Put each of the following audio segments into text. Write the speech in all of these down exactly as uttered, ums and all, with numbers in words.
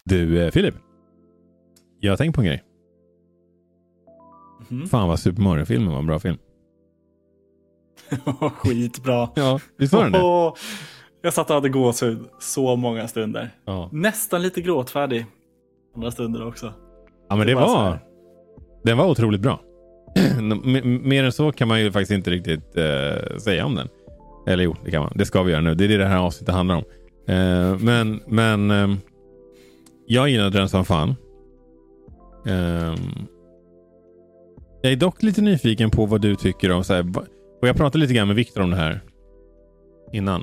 Du, eh, Filip. Jag har tänkt på en grej. Mm. Fan vad Super Mario-filmen var en bra film. Skitbra. Ja, visst var den det? Oh, jag satt och hade gåshud så många stunder. Ja. Nästan lite gråtfärdig. Andra stunder också. Ja, men det, det var... var den var otroligt bra. M- mer än så kan man ju faktiskt inte riktigt uh, säga om den. Eller jo, det kan man. Det ska vi göra nu. Det är det det här avsnittet handlar om. Uh, men men uh, jag gillade den som fan. Uh, jag är dock lite nyfiken på vad du tycker om så här, och jag pratade lite grann med Victor om det här innan.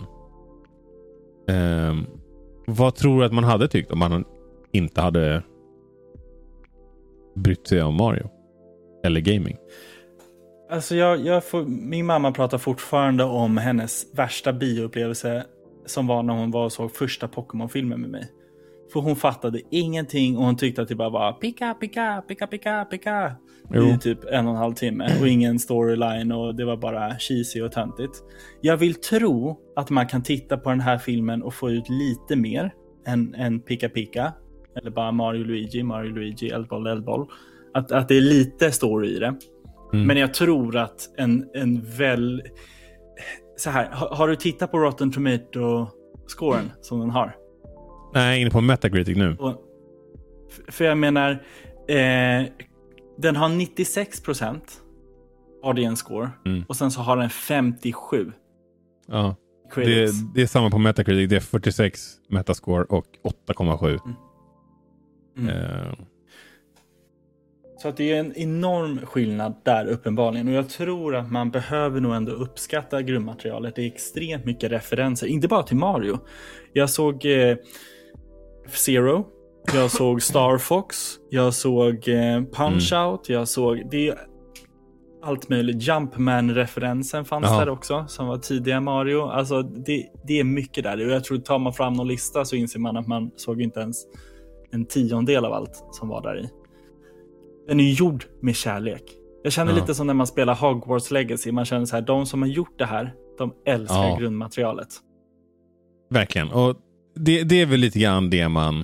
Uh, vad tror du att man hade tyckt om man inte hade brytt sig om Mario? Eller gaming? Alltså jag, jag får, min mamma pratar fortfarande om hennes värsta bioupplevelse som var när hon var och såg första Pokémon-filmen med mig. För hon fattade ingenting och hon tyckte att det bara var pika, pika, pika, pika, pika i typ en och en halv timme och ingen storyline och det var bara cheesy och töntigt. Jag vill tro att man kan titta på den här filmen och få ut lite mer än, än pika, pika eller bara Mario, Luigi, Mario, Luigi, Eldboll, Eldboll. Att, att det är lite story i det. Mm. Men jag tror att en, en väl... Så här, har, har du tittat på Rotten Tomato-scoren som den har? Nej, inne på Metacritic nu. Och, för jag menar, eh, den har nittiosex procent audience score. Mm. Och sen så har den femtiosju. Ja, det, det är samma på Metacritic. Det är fyrtiosex metascore och åtta komma sju. Mm. Mm. Uh. Så att det är en enorm skillnad där uppenbarligen. Och jag tror att man behöver nog ändå uppskatta grundmaterialet. Det är extremt mycket referenser. Inte bara till Mario. Jag såg eh, Zero. Jag såg Star Fox. Jag såg eh, Punch-Out. Jag såg... Det är allt möjligt. Jumpman-referensen fanns Aha. där också. Som var tidiga Mario. Alltså det, det är mycket där. Och jag tror att tar man fram någon lista så inser man att man såg inte ens en tiondel av allt som var där i. Den är gjord med kärlek. Jag känner ja. lite som när man spelar Hogwarts Legacy. Man känner så här, de som har gjort det här, de älskar ja. grundmaterialet. Verkligen. Och det, det är väl lite grann det man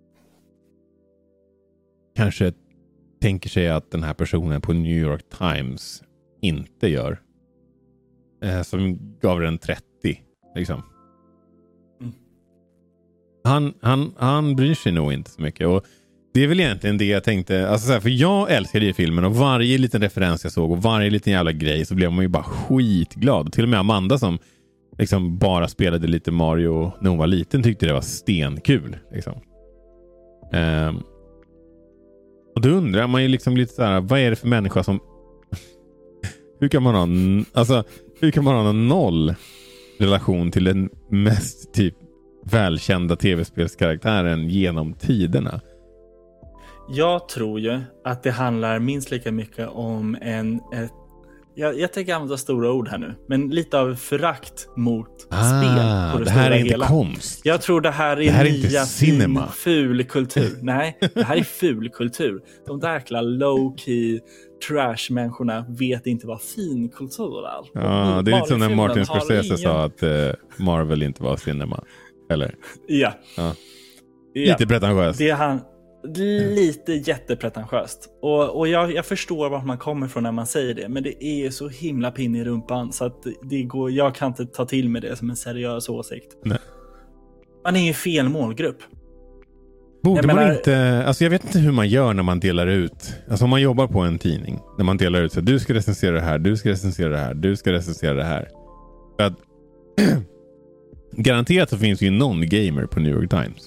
kanske tänker sig att den här personen på New York Times inte gör. Eh, som gav den trettio. Liksom. Mm. Han, han, han bryr sig nog inte så mycket. Och det är väl egentligen det jag tänkte. Alltså så här, för jag älskade ju filmen och varje liten referens jag såg och varje liten jävla grej så blev man ju bara skitglad. Till och med Amanda som liksom bara spelade lite Mario när hon var liten tyckte det var stenkul. Liksom. Um, och då undrar man ju liksom lite så här, vad är det för människa som hur kan man ha n- alltså hur kan man ha en noll relation till den mest typ välkända tv-spelskaraktären genom tiderna? Jag tror ju att det handlar minst lika mycket om en... Ett, jag, jag tänker använda stora ord här nu. Men lite av förakt mot ah, spel på det, det här är inte hela. Konst. Jag tror det här är, det här är nya fin, ful kultur. Nej, det här är ful kultur. De där jäkla low-key trash-människorna vet inte vad fin kultur är. Ja, det är lite som när Martin Scorsese ingen... sa att uh, Marvel inte var cinema. Eller? Ja. ja. Lite pretentiöst. Det är han... Lite jättepretentiöst. Och, och jag, jag förstår vart man kommer från när man säger det. Men det är så himla pin i rumpan. Så att det går, jag kan inte ta till med det som en seriös åsikt. Nej. Man är ju fel målgrupp. Borde jag man menar, inte... Alltså jag vet inte hur man gör när man delar ut. Alltså om man jobbar på en tidning. När man delar ut så du ska recensera det här, du ska recensera det här, du ska recensera det här. För att garanterat så finns ju någon gamer på New York Times.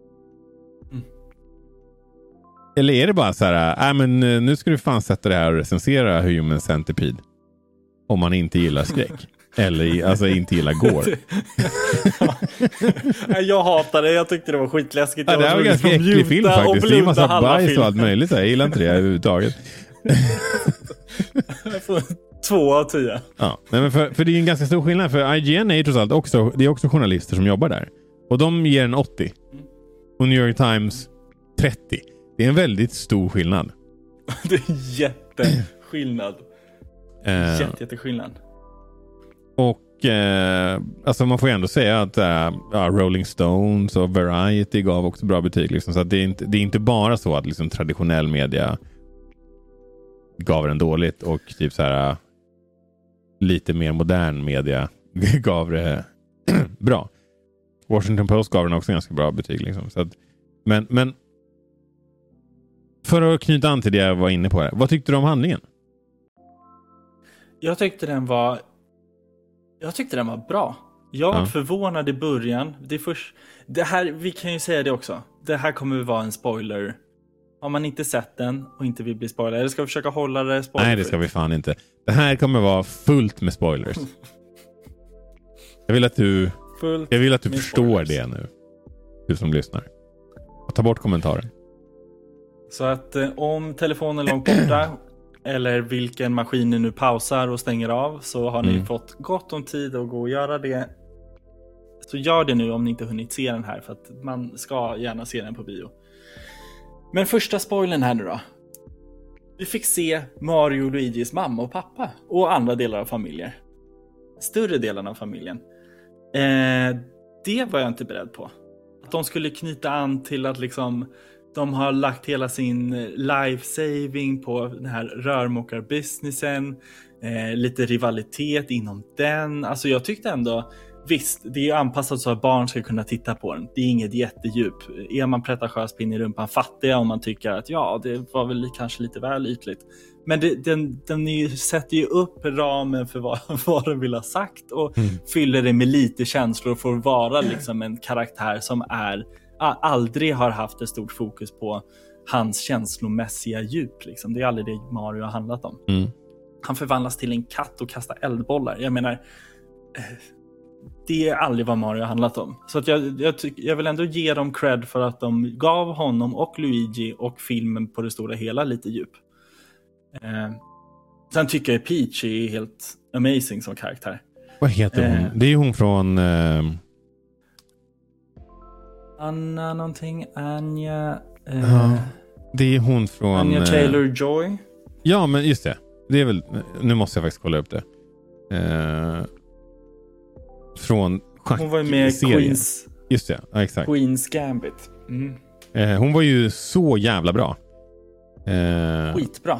Eller är det bara så här, äh, men nu ska du fan sätta det här och recensera Human Centipede. Om man inte gillar skräck. Eller alltså inte gillar gore. Jag hatar det, jag tyckte det var skitläskigt. Ja, det här var ganska äcklig film faktiskt. Det är en massa bajs och allt möjligt. Jag gillar inte det överhuvudtaget. Jag får två av tio. Ja, men för, för det är en ganska stor skillnad. För I G N är ju trots allt också, det är också journalister som jobbar där. Och de ger en åttio. Och New York Times trettio. Det är en väldigt stor skillnad. Det är jätteskillnad. Uh, Jätte, jätteskillnad. Och Och eh, alltså man får ju ändå säga att äh, ja, Rolling Stones och Variety gav också bra betyg. Liksom, så att det, är inte, det är inte bara så att liksom, traditionell media gav den dåligt och typ så här lite mer modern media gav det bra. Washington Post gav den också ganska bra betyg. Liksom. Så att, men, men för att knyta an till det jag var inne på här, vad tyckte du om handlingen? Jag tyckte den var Jag tyckte den var bra. Jag var ja. förvånad i början. Det, är först, det här, vi kan ju säga det också. Det här kommer att vara en spoiler. Har man inte sett den och inte vill bli spoiler, eller ska vi försöka hålla det spoiler? Nej, det ska vi fan inte. Det här kommer att vara fullt med spoilers. Jag vill att du, fullt jag vill att du förstår spoilers. Det nu. Du som lyssnar. Och ta bort kommentaren. Så att eh, om telefonen är långt borta eller vilken maskin ni nu pausar och stänger av, så har ni mm. fått gott om tid att gå och göra det. Så gör det nu om ni inte hunnit se den här, för att man ska gärna se den på bio. Men första spoilern här nu då. Vi fick se Mario och Luigis mamma och pappa och andra delar av familjen. Större delen av familjen. Eh, det var jag inte beredd på. Att de skulle knyta an till att liksom de har lagt hela sin life saving på den här rörmokarbusinessen. Eh, lite rivalitet inom den. Alltså jag tyckte ändå, visst, det är anpassat så att barn ska kunna titta på den. Det är inget jättedjup. Är man pretentiös pin i rumpan fattar jag om man tycker att ja, det var väl kanske lite väl ytligt. Men det, den, den är, sätter ju upp ramen för vad, vad den vill ha sagt och mm. fyller det med lite känslor för att vara liksom en karaktär som är aldrig har haft ett stort fokus på hans känslomässiga djup. Liksom. Det är aldrig det Mario har handlat om. Mm. Han förvandlas till en katt och kastar eldbollar. Jag menar, det är aldrig vad Mario har handlat om. Så att jag, jag, tyck, jag vill ändå ge dem cred för att de gav honom och Luigi och filmen på det stora hela lite djup. Eh, sen tycker jag Peach är helt amazing som karaktär. Vad heter hon? Eh, det är hon från... Eh... Anna någonting, Anja... Eh, ja, det är hon från... Anja Taylor-Joy. Eh, ja, men just det. Det är väl... Nu måste jag faktiskt kolla upp det. Eh, från schack. Hon var med i Queens... Just det, ja, exakt. Queens Gambit. Mm. Eh, hon var ju så jävla bra. Eh, Skitbra.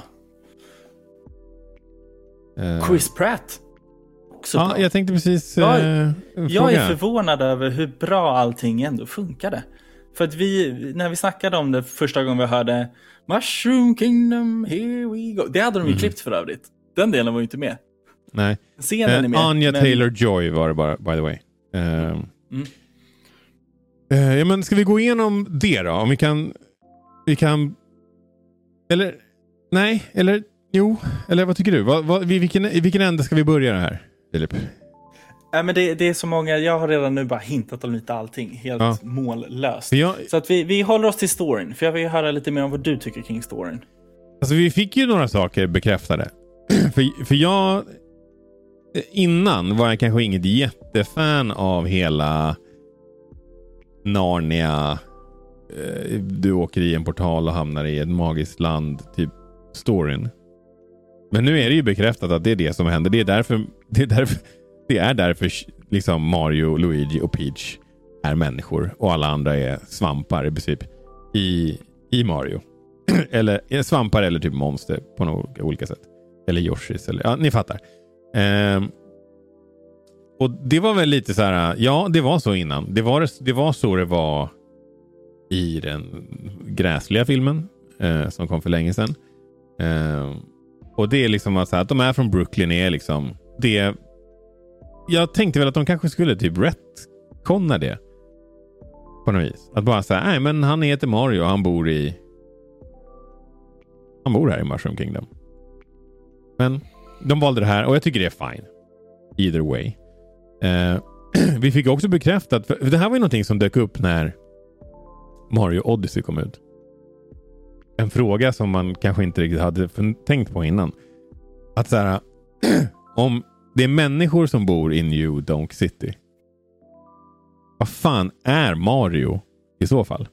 Eh, Chris Pratt. Också ja, bra. Jag tänkte precis eh, jag, jag är förvånad över hur bra allting ändå funkade. För att vi, när vi snackade om det första gången vi hörde Mushroom Kingdom, here we go. Det hade de ju mm. klippt för övrigt. Den delen var ju inte med. Nej. Scenen eh, är med. Anya men... Taylor-Joy var det bara, by the way. Uh, mm. uh, ja, men ska vi gå igenom det då? Om vi kan... Vi kan... Eller... Nej, eller... Jo, eller vad tycker du? Vad, vad, vilken, I vilken ände ska vi börja det här, Filip? Äh, men det, det är så många, jag har redan nu bara hintat om lite allting, helt ja. mållöst. Jag, så att vi, vi håller oss till storyn, för jag vill höra lite mer om vad du tycker kring storyn. Alltså vi fick ju några saker bekräftade. för, för jag, innan var jag kanske inget jättefan av hela Narnia, du åker i en portal och hamnar i ett magiskt land, typ storyn. Men nu är det ju bekräftat att det är det som händer. Det är därför det är därför, det är därför liksom Mario, Luigi och Peach är människor och alla andra är svampar i princip i, i Mario. eller svampar eller typ monster på några olika sätt. Eller Yoshis eller ja, ni fattar. Ehm, och det var väl lite så här, ja, det var så innan. Det var det var så det var i den gräsliga filmen eh, som kom för länge sedan. Ehm, och det är liksom att, så här, att de är från Brooklyn är liksom det. Jag tänkte väl att de kanske skulle typ retconna det på något vis. Att bara säga, nej men han heter Mario och han bor i han bor här i Mushroom Kingdom. Men de valde det här och jag tycker det är fine. Either way. Eh, vi fick också bekräftat, för det här var ju någonting som dök upp när Mario Odyssey kom ut. En fråga som man kanske inte riktigt hade tänkt på innan. Att så här, om det är människor som bor i New Donk City, vad fan är Mario i så fall?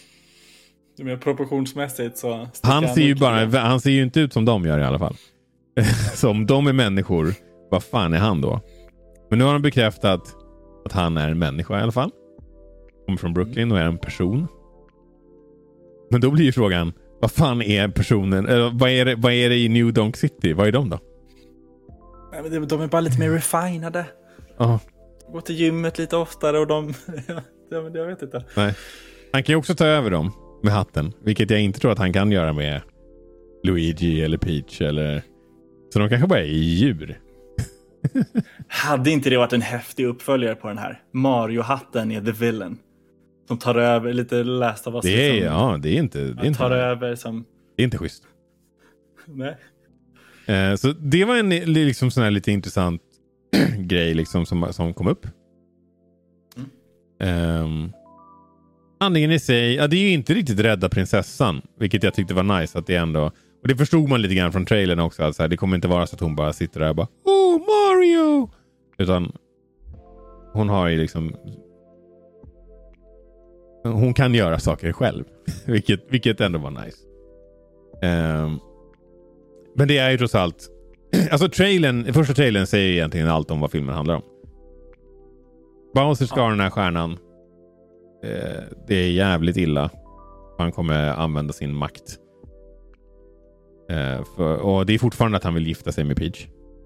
Du menar proportionsmässigt så... Han ser ju bara, han ser ju inte ut som de gör i alla fall. Så om de är människor, vad fan är han då? Men nu har de bekräftat att han är en människa i alla fall. Kommer från Brooklyn och är en person. Men då blir ju frågan, vad fan är personen? Eller vad är det, vad är det i New Donk City? Vad är de då? De är bara lite mer refinade. Ja. Går till gymmet lite oftare och de... jag vet inte. Nej. Han kan ju också ta över dem med hatten. Vilket jag inte tror att han kan göra med Luigi eller Peach. Eller... Så de kanske bara är djur. Hade inte det varit en häftig uppföljare på den här? Mario-hatten är the villain. Som tar över lite läst av oss. Det är, liksom, ja, det är inte... Det är inte tar över som... Det är inte schysst. Nej. Eh, så det var en liksom sån här lite intressant grej liksom som, som kom upp. Mm. Um, handlingen i sig, ja, det är ju inte riktigt rädda prinsessan, vilket jag tyckte var nice att det ändå, och det förstod man lite grann från trailern också, alltså, det kommer inte vara så att hon bara sitter där och bara oh Mario, utan hon har ju liksom, hon kan göra saker själv, vilket, vilket ändå var nice. Um, men det är ju trots allt, alltså trailern, första trailern säger egentligen allt om vad filmen handlar om. Bowser ska ha den här stjärnan. Eh, det är jävligt illa. Han kommer använda sin makt. Eh, för, och det är fortfarande att han vill gifta sig med Peach.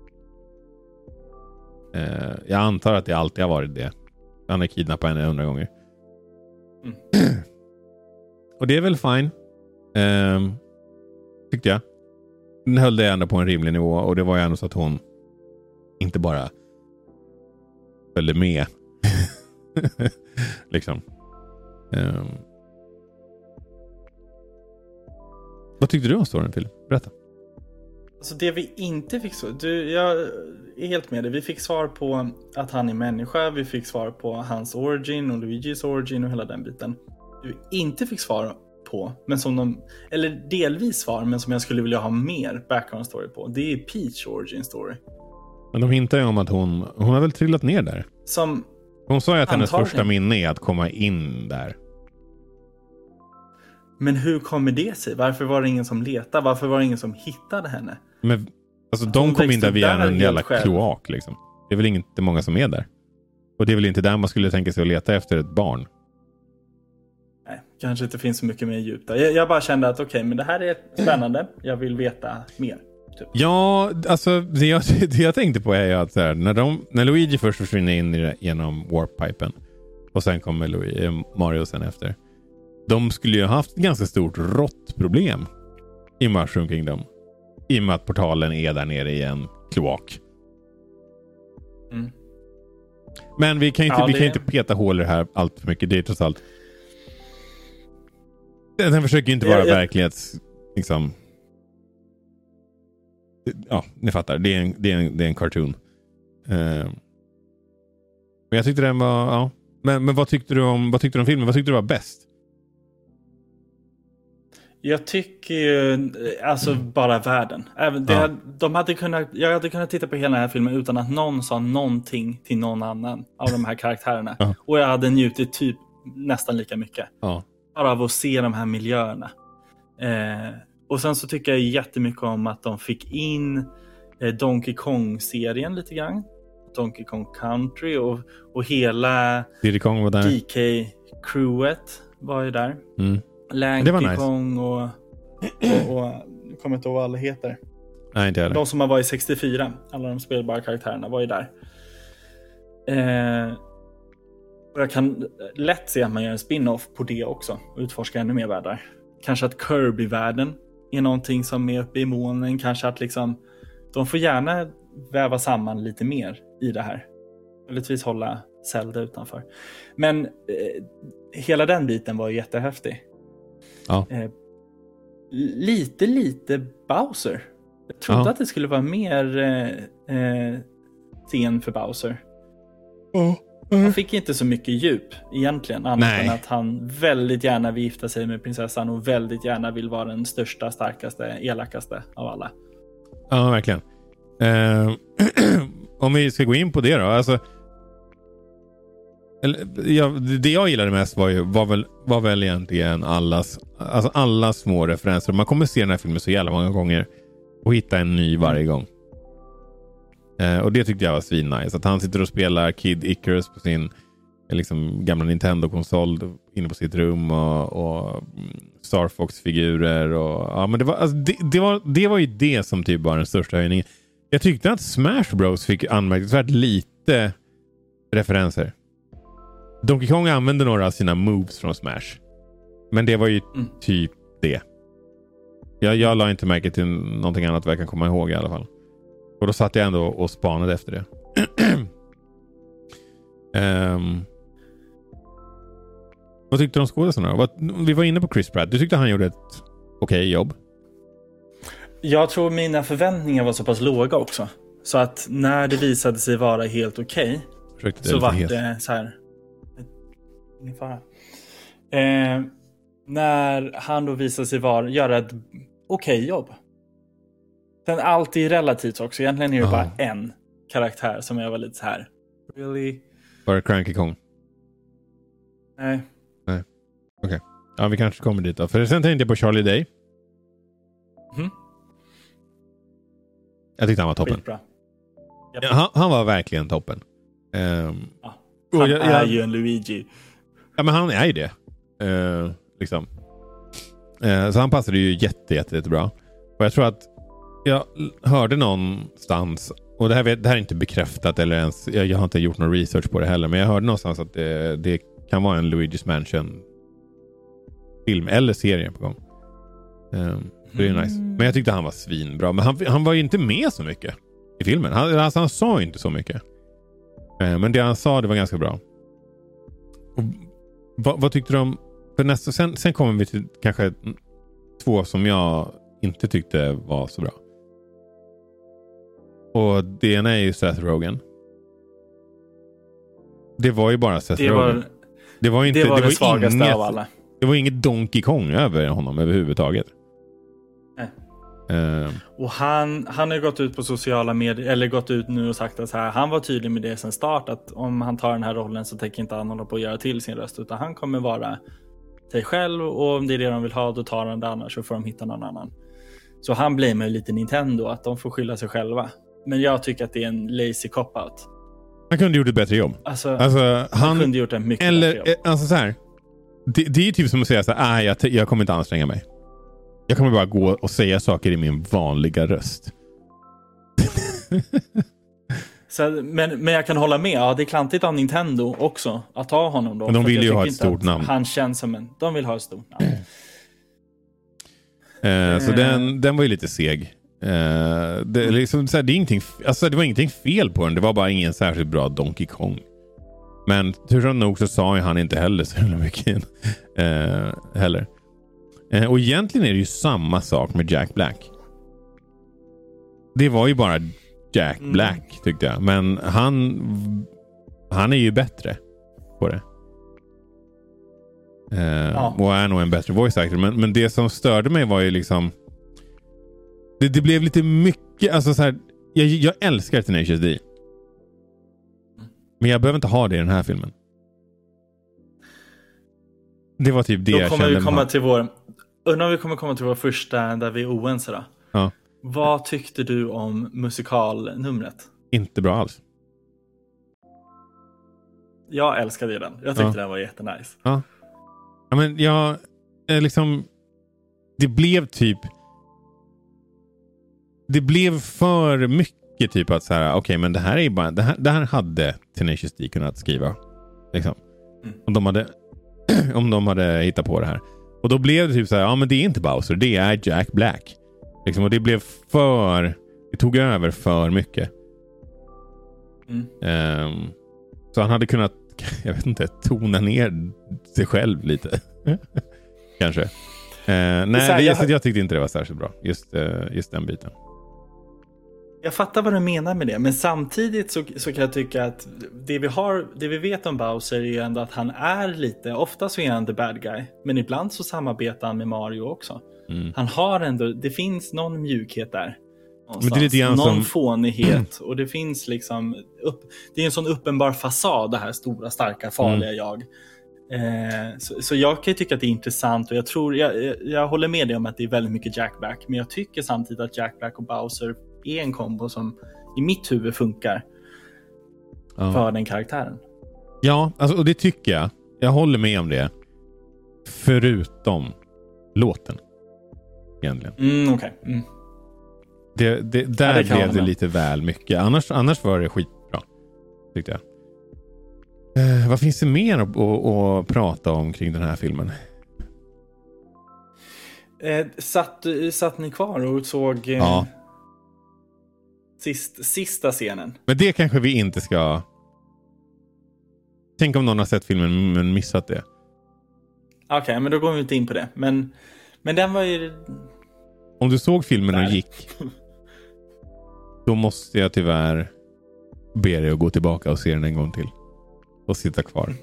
Eh, jag antar att det alltid har varit det. Han har kidnappat henne hundra gånger. Mm. Och det är väl fine. Eh, tyckte jag. Den höll det ändå på en rimlig nivå. Och det var ju ändå så att hon inte bara följde med. liksom. Um. Vad tyckte du om storyn, Phil? Berätta. Alltså det vi inte fick så... Du, jag är helt med dig. Vi fick svar på att han är människa. Vi fick svar på hans origin och Luigis origin och hela den biten. Det vi inte fick svar på, men som de... Eller delvis svar, men som jag skulle vilja ha mer background story på. Det är Peach origin story. Men de hintar ju om att hon... Hon har väl trillat ner där? Som... Hon sa ju att hennes antagligen. första minne är att komma in där. Men hur kommer det sig? Varför var det ingen som letade? Varför var det ingen som hittade henne? Men alltså de hon kom in där via där en jävla själv. kloak liksom. Det är väl inte många som är där. Och det är väl inte där man skulle tänka sig att leta efter ett barn. Nej, kanske inte finns så mycket mer djupt där. Jag, jag bara kände att okej, okay, men det här är spännande. Jag vill veta mer. Typ. Ja, alltså det jag, det jag tänkte på är ju att så här, när, de, när Luigi först försvinner in i det, genom warp-pipen och sen kommer Luigi, Mario sen efter. De skulle ju ha haft ett ganska stort råttproblem i Mushroom Kingdom. I och med att portalen är där nere i en kloak. Mm. Men vi kan inte, ja, vi det... kan inte peta hål i det här allt för mycket. Det är trots allt... Den försöker ju inte vara ja, ja. verklighets... Liksom... Ja, ni fattar. Det är en, det är en, det är en cartoon. Uh, men jag tyckte den var... Ja. Men, men vad tyckte du om vad tyckte du om filmen? Vad tyckte du var bäst? Jag tycker ju... Alltså mm. bara världen. Även det, ja. de hade kunnat, jag hade kunnat titta på hela den här filmen utan att någon sa någonting till någon annan av de här karaktärerna. Ja. Och jag hade njutit typ nästan lika mycket. Ja. Bara av att se de här miljöerna. Eh, och sen så tycker jag jättemycket om att de fick in eh, Donkey Kong-serien lite grann. Donkey Kong Country och, och hela Diddy Kong var där. D K-crewet var ju där. Mm. Lanky nice. Kong och, och, och jag kommer inte ihåg vad alla heter. Nej, inte heller. De som har varit sextiofyra, alla de spelbara karaktärerna var ju där. Eh, och jag kan lätt se att man gör en spin-off på det också och utforska ännu mer världar. Kanske att Kirby-världen är någonting som är uppe i molnen. Kanske att liksom de får gärna väva samman lite mer i det här. Möjligtvis hålla Zelda utanför. Men eh, hela den biten var jättehäftig. Ja. Eh, lite, lite Bowser. Jag trodde ja. att det skulle vara mer eh, eh, scen för Bowser. Mm. Han fick inte så mycket djup egentligen. Annat än att han väldigt gärna vill gifta sig med prinsessan och väldigt gärna vill vara den största, starkaste, elakaste av alla. Ja, verkligen. Uh, om vi ska gå in på det då. Alltså, ja, det jag gillade mest var, ju, var, väl, var väl egentligen allas, alltså alla små referenser. Man kommer se den här filmen så jävla många gånger. Och hitta en ny varje gång. Eh, och det tyckte jag var svinnice. Att han sitter och spelar Kid Icarus på sin liksom, gamla Nintendo-konsol inne på sitt rum och, och Star Fox-figurer. Och, ja, men det, var, alltså, det, det, var, det var ju det som typ var den största höjningen. Jag tyckte att Smash Bros fick anmärkningsvärt lite referenser. Donkey Kong använde några av sina moves från Smash. Men det var ju mm. typ det. Jag, jag la inte märke till någonting annat vad jag kan komma ihåg i alla fall. Och då satt jag ändå och spanade efter det. um, vad tyckte du om skådespelarna då? Vi var inne på Chris Pratt. Du tyckte han gjorde ett okej okay jobb? Jag tror mina förväntningar var så pass låga också. Så att när det visade sig vara helt okej okay, så var helt. det så här. Ingen fara. Eh, när han då visade sig vara, göra ett okej okay jobb. Sen allt är relativt också. Egentligen är det oh. bara en karaktär som jag var lite så här. Really? Var det Cranky Kong? Nej. Nej. Okej. Okay. Ja, vi kanske kommer dit då. För sen tänkte jag på Charlie Day. Mm. Jag tyckte han var toppen. Yep. Ja, han, han var verkligen toppen. Um, ja. Han jag, jag, är ju en Luigi. Ja, men han är ju det. Uh, liksom. Uh, så han passade ju jätte, jätte, jättebra. Och jag tror att jag hörde någonstans, och det här, vet, det här är inte bekräftat eller ens, jag, jag har inte gjort någon research på det heller, men jag hörde någonstans att det, det kan vara en Luigi's Mansion film eller serie på gång. Um, det är mm. nice. Men jag tyckte han var svinbra. Men han, han var ju inte med så mycket i filmen. Han, alltså han sa inte så mycket. Uh, men det han sa, det var ganska bra. Och, vad, vad tyckte du om för nästa, sen, sen kommer vi till kanske två som jag inte tyckte var så bra. Och det ena är ju Seth Rogen. Det var ju bara Seth det Rogen. Var, det var inte det, var det, det var svagaste inget, av alla. Det var inget Donkey Kong över honom överhuvudtaget. Nej. Uh, och han, han har gått ut på sociala medier, eller gått ut nu och sagt att så här, han var tydlig med det sen start, att om han tar den här rollen så tänker inte han hålla på att göra till sin röst, utan han kommer vara sig själv, och om det är det de vill ha, då tar han det, annars så får de hitta någon annan. Så han blir med lite Nintendo, att de får skylla sig själva. Men jag tycker att det är en lazy cop-out. Han kunde gjort ett bättre jobb. Alltså, alltså han, han kunde gjort en mycket eller, bättre jobb. Alltså så här, det, det är ju typ som att säga så här, jag, jag kommer inte anstränga mig. Jag kommer bara gå och säga saker i min vanliga röst. Så, men, men jag kan hålla med. Ja, det är klantigt av Nintendo också att ta honom då. Men de vill ju ha ett stort namn. Han känns som en... De vill ha ett stort namn. Eh, så den, den var ju lite seg. Eh, det, liksom, så här, det, är ingenting, alltså, det var ingenting fel på den. Det var bara ingen särskilt bra Donkey Kong. Men tur som nog så sa ju han inte heller så mycket eh, heller. Eh, och egentligen är det ju samma sak med Jack Black. Det var ju bara Jack Black mm. tyckte jag. Men han han är ju bättre på det. Uh, ja. Och är nog en bättre voice actor. Men, men det som störde mig var ju liksom det, det blev lite mycket, alltså så här, jag, jag älskar Tenacious D. Men jag behöver inte ha det i den här filmen. Det var typ det då jag kommer kände. Vi komma till vår, undrar om vi kommer komma till vår första där vi är oense då. Ja. Vad tyckte du om musikalnumret? Inte bra alls. Jag älskade den. Jag tyckte ja. den var jättenice. Ja. Ja, men jag liksom det blev typ det blev för mycket typ att så här, okej, okay, men det här är bara det här, det här hade Tenacious D kunnat skriva liksom. Mm. Om de hade om de hade hittat på det här. Och då blev det typ så här, ja men det är inte Bowser, det är Jack Black. Liksom, och det blev för det tog över för mycket. Mm. Um, så han hade kunnat, jag vet inte, tona ner sig själv lite. Kanske. Uh, nej, här, det, jag... jag tyckte inte det var särskilt bra. Just, uh, just den biten. Jag fattar vad du menar med det. Men samtidigt så, så kan jag tycka att det vi, har, det vi vet om Bowser är ju ändå att han är lite, ofta så är han the bad guy. Men ibland så samarbetar han med Mario också. Mm. Han har ändå, det finns någon mjukhet där. Men det är lite någon som... fånighet. Och det finns liksom upp, det är en sån uppenbar fasad, det här stora, starka, farliga mm. jag. Eh, så, så jag kan ju tycka att det är intressant och jag tror, jag, jag, jag håller med dig om att det är väldigt mycket Jack Black, men jag tycker samtidigt att Jack Black och Bowser är en kombo som i mitt huvud funkar ja. för den karaktären. Ja, alltså, och det tycker jag. Jag håller med om det. Förutom låten. Egentligen. Mm, okej. Okay. Mm. Det, det, där ja, det blev det lite väl mycket. Annars, annars var det skitbra, tyckte jag. Eh, vad finns det mer att, att, att prata om kring den här filmen? Eh, satt, satt ni kvar och såg eh, ja. sist, sista scenen? Men det kanske vi inte ska... Tänk om någon har sett filmen men missat det. Okej, okay, men då går vi inte in på det. Men, men den var ju... Om du såg filmen där och gick... Då måste jag tyvärr be dig att gå tillbaka och se den en gång till. Och sitta kvar.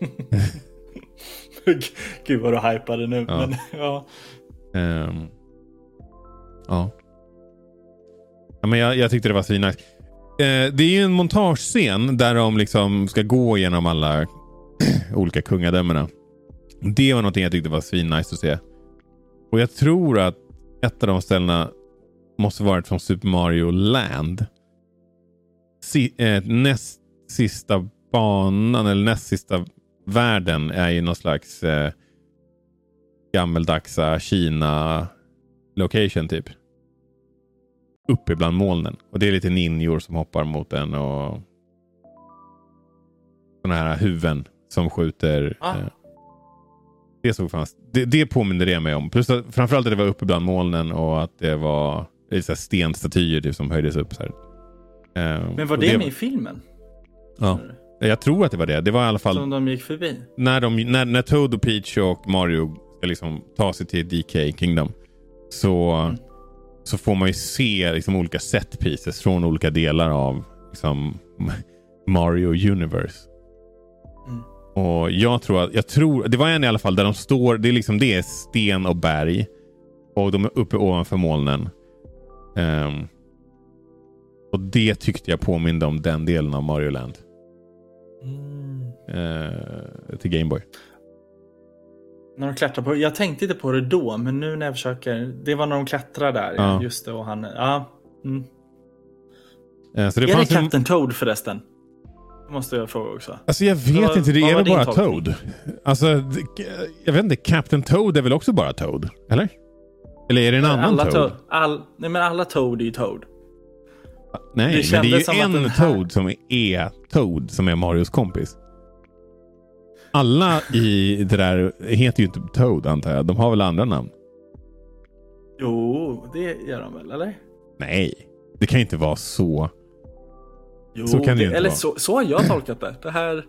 Gud vad du hypade nu. Ja. Men, ja. Um, ja. ja. Men jag, jag tyckte det var så nice. Uh, det är ju en montagescen där de liksom ska gå igenom alla olika kungadömena. Det var någonting jag tyckte var svinnice att se. Och jag tror att ett av de ställena måste varit från Super Mario Land. Si, eh, näst sista banan eller näst sista världen är ju någon slags eh, gammeldagsa Kina location typ. Uppe bland molnen. Och det är lite ninjor som hoppar mot den och såna här huvuden som skjuter. Ah. Eh, det såg fanns. Det, det påminner det mig om. Plus att framförallt att det var uppe bland molnen och att det var så här stenstatyer typ, som höjdes upp så här. Uh, Men var det, det med i filmen? Ja. Jag tror att det var det. Det var i alla fall som de gick förbi. När, de, när, när Toad och Peach och Mario ska liksom ta sig till D K Kingdom så, mm. så får man ju se liksom olika set pieces från olika delar av liksom, Mario Universe. Mm. Och jag tror att jag tror, det var en i alla fall där de står, det är liksom det är sten och berg och de är uppe ovanför molnen. Um, och det tyckte jag påminde om den delen av Mario Land. Mm. Uh, till Game Boy. När de klättrar på, jag tänkte inte på det då, men nu när jag försöker, det var när de klättrar där, ja. Just det, och han, ja. Mm. Uh, så det är fanns det Captain en... Toad förresten? Det måste jag fråga också. Alltså jag vet var, inte, det är väl bara tolkning? Toad. Alltså, jag vet inte, Captain Toad är väl också bara Toad, eller? Eller är det en nej, annan alla Toad? Toad all, nej men alla Toad är ju Toad. Nej, det men det är ju en här... Toad som är Toad som är Marios kompis. Alla i det där heter ju inte Toad, antar jag. De har väl andra namn? Jo, det gör de väl, eller? Nej, det kan inte vara så. Jo, så kan det, det inte eller vara. Så, så har jag tolkat det. Det här...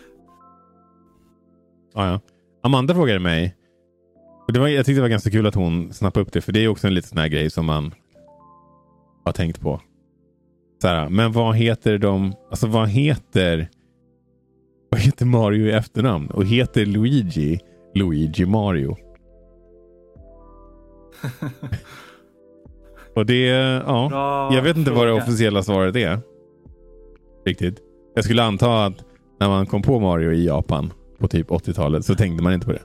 Ja, ja. Amanda frågade mig. Och det var, jag tyckte det var ganska kul att hon snappade upp det. För det är också en liten sån här grej som man har tänkt på. Så här, men vad heter de... Alltså vad heter... Vad heter Mario i efternamn? Och heter Luigi Luigi Mario? Och det... Ja, bra, jag vet inte vad det officiella svaret är. Riktigt. Jag skulle anta att när man kom på Mario i Japan på typ åttiotalet så tänkte man inte på det.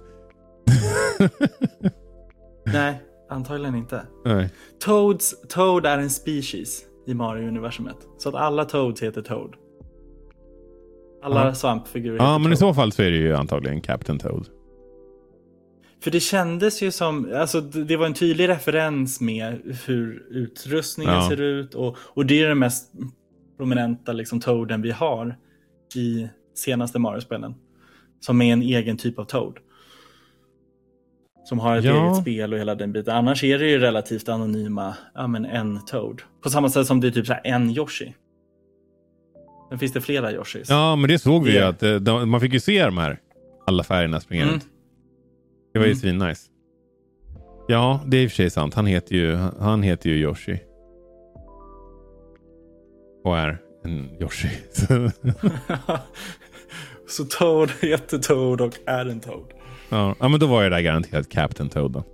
Nej, antagligen inte. Nej. Toads, Toad är en species i Mario-universumet. Så att alla Toads heter Toad. Alla ja. svampfigurer. Ja, men Toad. I så fall så är det ju antagligen Captain Toad. För det kändes ju som, alltså det var en tydlig referens med hur utrustningen ja. ser ut. Och, och det är den mest prominenta liksom, Toaden vi har i senaste Mario-spelen. Som är en egen typ av Toad. Som har ett ja. eget spel och hela den biten. Annars är det ju relativt anonyma, ja men en Toad. På samma sätt som det är typ så här en Yoshi. Sen finns det flera Yoshis. Ja, men det såg vi ju att de, man fick ju se de här alla färgerna springa mm. ut. Det var ju mm. svin nice. Ja, det är i och för sig sant. Han heter ju, han heter ju Yoshi. Och är en Yoshi. Så Toad heter Toad och är en Toad. Ja, ja men då var det där garanterat Captain Toad då.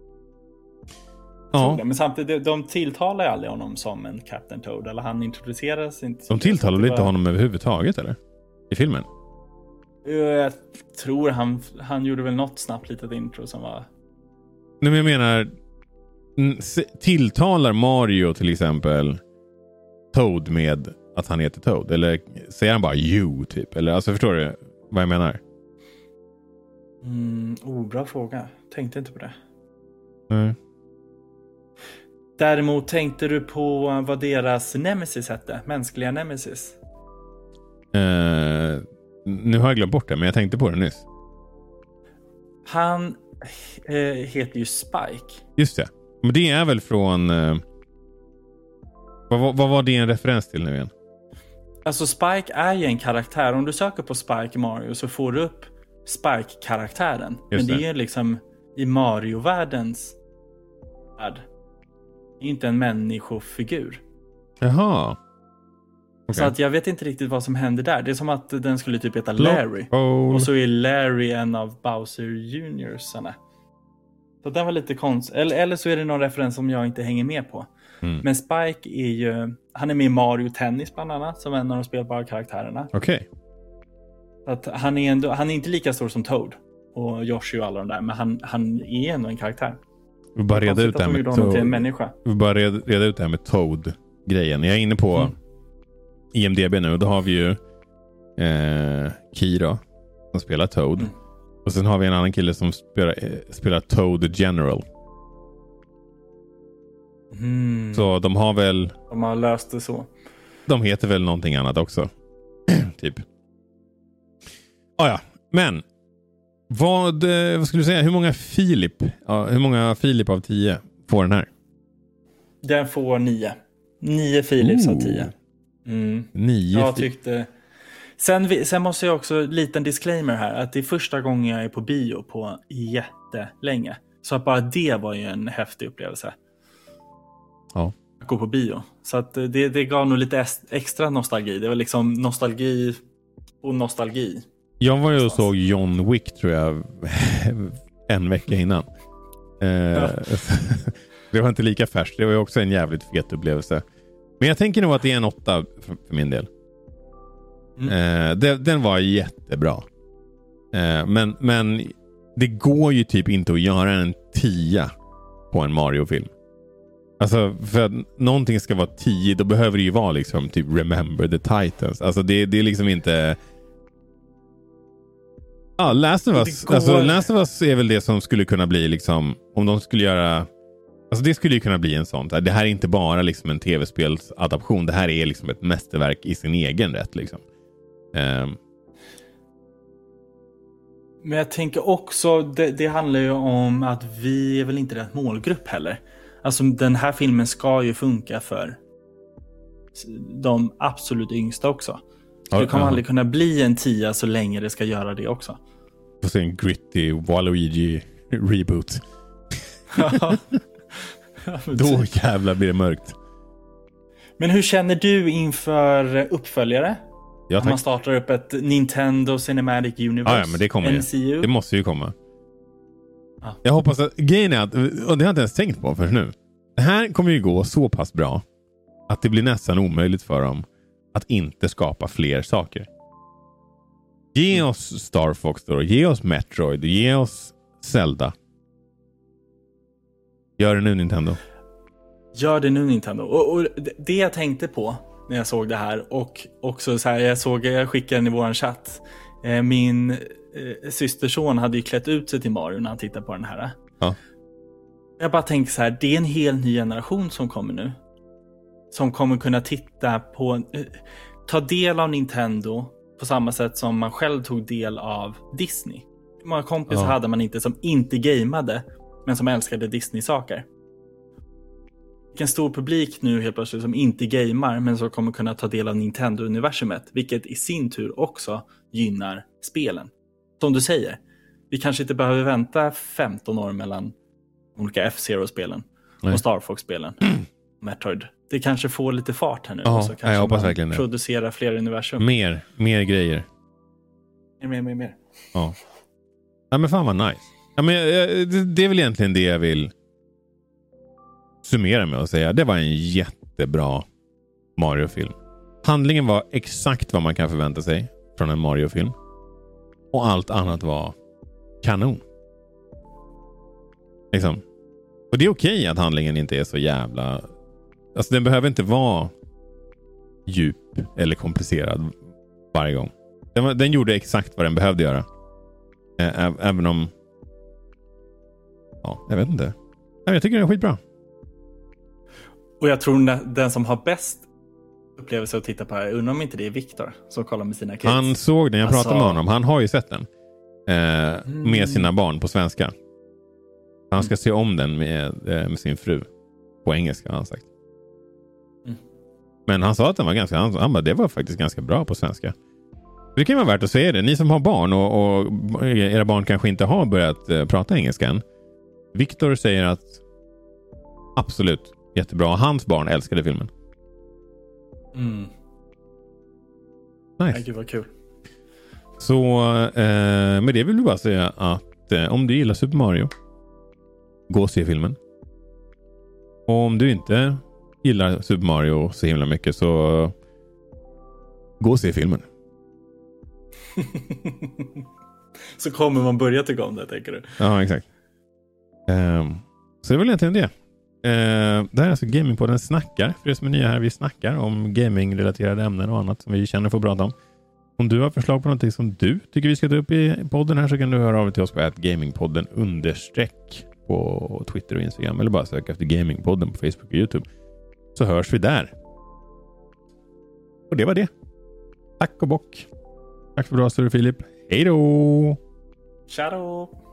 Ja. Men samtidigt, de tilltalar ju aldrig honom som en Captain Toad. Eller han introduceras inte. De tilltalar väl inte var... honom överhuvudtaget, eller? I filmen? Jag tror han, han gjorde väl något snabbt litet intro som var... Nej, men jag menar, tilltalar Mario till exempel Toad med att han heter Toad? Eller säger han bara you typ? Eller alltså, förstår du vad jag menar? Mm, oh, bra fråga. Tänkte inte på det. Mm. Däremot tänkte du på vad deras nemesis hette? Mänskliga nemesis? Uh, nu har jag glömt bort det, men jag tänkte på det nyss. Han eh, heter ju Spike. Just det. Men det är väl från... Uh, vad, vad, vad var det en referens till nu igen? Alltså Spike är ju en karaktär. Om du söker på Spike Mario så får du upp Spike-karaktären. Men det, det är ju liksom i Mario-världens värld. Det är inte en människofigur. Jaha. Okay. Så att jag vet inte riktigt vad som händer där. Det är som att den skulle typ heta Larry. Oh. Och så är Larry en av Bowser Juniors-arna. Så den var lite konstigt. Eller, eller så är det någon referens som jag inte hänger med på. Mm. Men Spike är ju... Han är med i Mario Tennis bland annat. Som en av de spelbara karaktärerna. Okej. Okay. Att han, är ändå, han är inte lika stor som Toad. Och Yoshi och alla de där. Men han, han är ändå en karaktär. Vi bara reda ut det här med Toad. Vi bara reda, reda ut det här med Toad-grejen. Jag är inne på mm. I M D B nu. Och då har vi ju eh, Kira som spelar Toad. Mm. Och sen har vi en annan kille som spelar, eh, spelar Toad General. Mm. Så de har väl... De har löst det så. De heter väl någonting annat också. Typ. Ah, ja, men vad, vad skulle du säga? Hur många Filip, ja, hur många Filip av tio får den här? Den får nio. Nio Philips av tio. Mm. Nio. Jag tyckte... Sen, sen måste jag också, liten disclaimer här, att det är första gången jag är på bio på jättelänge. Så att bara det var ju en häftig upplevelse. Ja. Att gå på bio. Så att det, det gav nog lite extra nostalgi. Det var liksom nostalgi och nostalgi. Jag var ju och såg John Wick tror jag en vecka innan. Eh, ja. Det var inte lika färskt. Det var ju också en jävligt fet upplevelse. Men jag tänker nog att det är en åtta för, för min del. Mm. Eh, det, den var jättebra. Eh, men, men det går ju typ inte att göra en tia på en Mario-film. Alltså för att någonting ska vara tio, då behöver det ju vara liksom typ Remember the Titans. Alltså det, det är liksom inte... Ja, Last of Us, går... alltså Last of Us är väl det som skulle kunna bli liksom, om de skulle göra, alltså det skulle ju kunna bli en sån. Det här är inte bara liksom en tv-spelsadaption, det här är liksom ett mästerverk i sin egen rätt liksom. Um. Men jag tänker också, det, det handlar ju om att vi är väl inte rätt målgrupp heller. Alltså den här filmen ska ju funka för de absolut yngsta också. Så det kommer aldrig kunna bli en tia så länge det ska göra det också. Får se en gritty Waluigi reboot. Ja. Då jävlar blir det mörkt. Men hur känner du inför uppföljare? Ja, om man startar upp ett Nintendo Cinematic Universe. Ja, ja men det kommer N C U. Det. det måste ju komma. Ah. Jag hoppas att grejen är att, och det har jag inte ens tänkt på förrän nu. Det här kommer ju gå så pass bra att det blir nästan omöjligt för dem att inte skapa fler saker. Ge oss Star Fox då, ge oss Metroid, ge oss Zelda. Gör det nu Nintendo. Gör det nu Nintendo. Och, och det jag tänkte på när jag såg det här, och också så här, jag såg, jag skickade den i våran chatt. Eh, min eh, systerson hade ju klätt ut sig till Mario när han tittade på den här. Ja. Jag bara tänkte så här, det är en helt ny generation som kommer nu. Som kommer kunna titta på, eh, ta del av Nintendo på samma sätt som man själv tog del av Disney. Många kompisar ja. hade man inte som inte gameade, men som älskade Disney-saker. Vilken stor publik nu helt plötsligt som inte gamar, men som kommer kunna ta del av Nintendo-universumet. Vilket i sin tur också gynnar spelen. Som du säger, vi kanske inte behöver vänta femton år mellan olika F-Zero-spelen och Star Fox-spelen. Mm. Metroid. Det kanske får lite fart här nu. Ja, och så kanske jag hoppas man verkligen det. Producerar fler universum. Mer, mer grejer. Mer, mer, mer, mer. Ja. Ja, men fan vad nice. Ja, men det, det är väl egentligen det jag vill summera med att säga. Det var en jättebra Mario-film. Handlingen var exakt vad man kan förvänta sig från en Mario-film. Och allt annat var kanon. Liksom. Och det är okej att handlingen inte är så jävla... Alltså den behöver inte vara djup eller komplicerad varje gång. Den, var, den gjorde exakt vad den behövde göra. Ä- även om... Ja, jag vet inte. Jag tycker den är skitbra. Och jag tror den som har bäst upplevelse att titta på här, undrar om inte det är Viktor som kollar med sina kids. Han såg den, jag alltså... pratade med honom. Han har ju sett den. Eh, mm. Med sina barn på svenska. Han ska mm. se om den med, med sin fru. På engelska har han sagt. Mm. Men han sa att den var ganska... Han, han bara, det var faktiskt ganska bra på svenska. Det kan vara värt att säga det. Ni som har barn och, och era barn kanske inte har börjat uh, prata engelska än. Viktor säger att absolut, jättebra. Hans barn älskade filmen. Mm. Nice. Nej, gud vad kul. Så eh, med det vill du bara säga att eh, om du gillar Super Mario, gå och se filmen. Och om du inte gillar Super Mario så himla mycket, så gå och se filmen. Så kommer man börja tycka om det, tänker du? Ja, exakt. Um, så det är väl egentligen det. Uh, det här är alltså Gamingpodden snackar. För er som är nya här, vi snackar om gaming-relaterade ämnen och annat som vi känner för att prata om. Om du har förslag på någonting som du tycker vi ska ta upp i podden här, så kan du höra av dig till oss på att gamingpodden understreck på Twitter och Instagram, eller bara söka efter Gamingpodden på Facebook och YouTube, så hörs vi där. Och det var det. Tack och bock. Tack för bra, Sir Filip. Hej då! Tja då!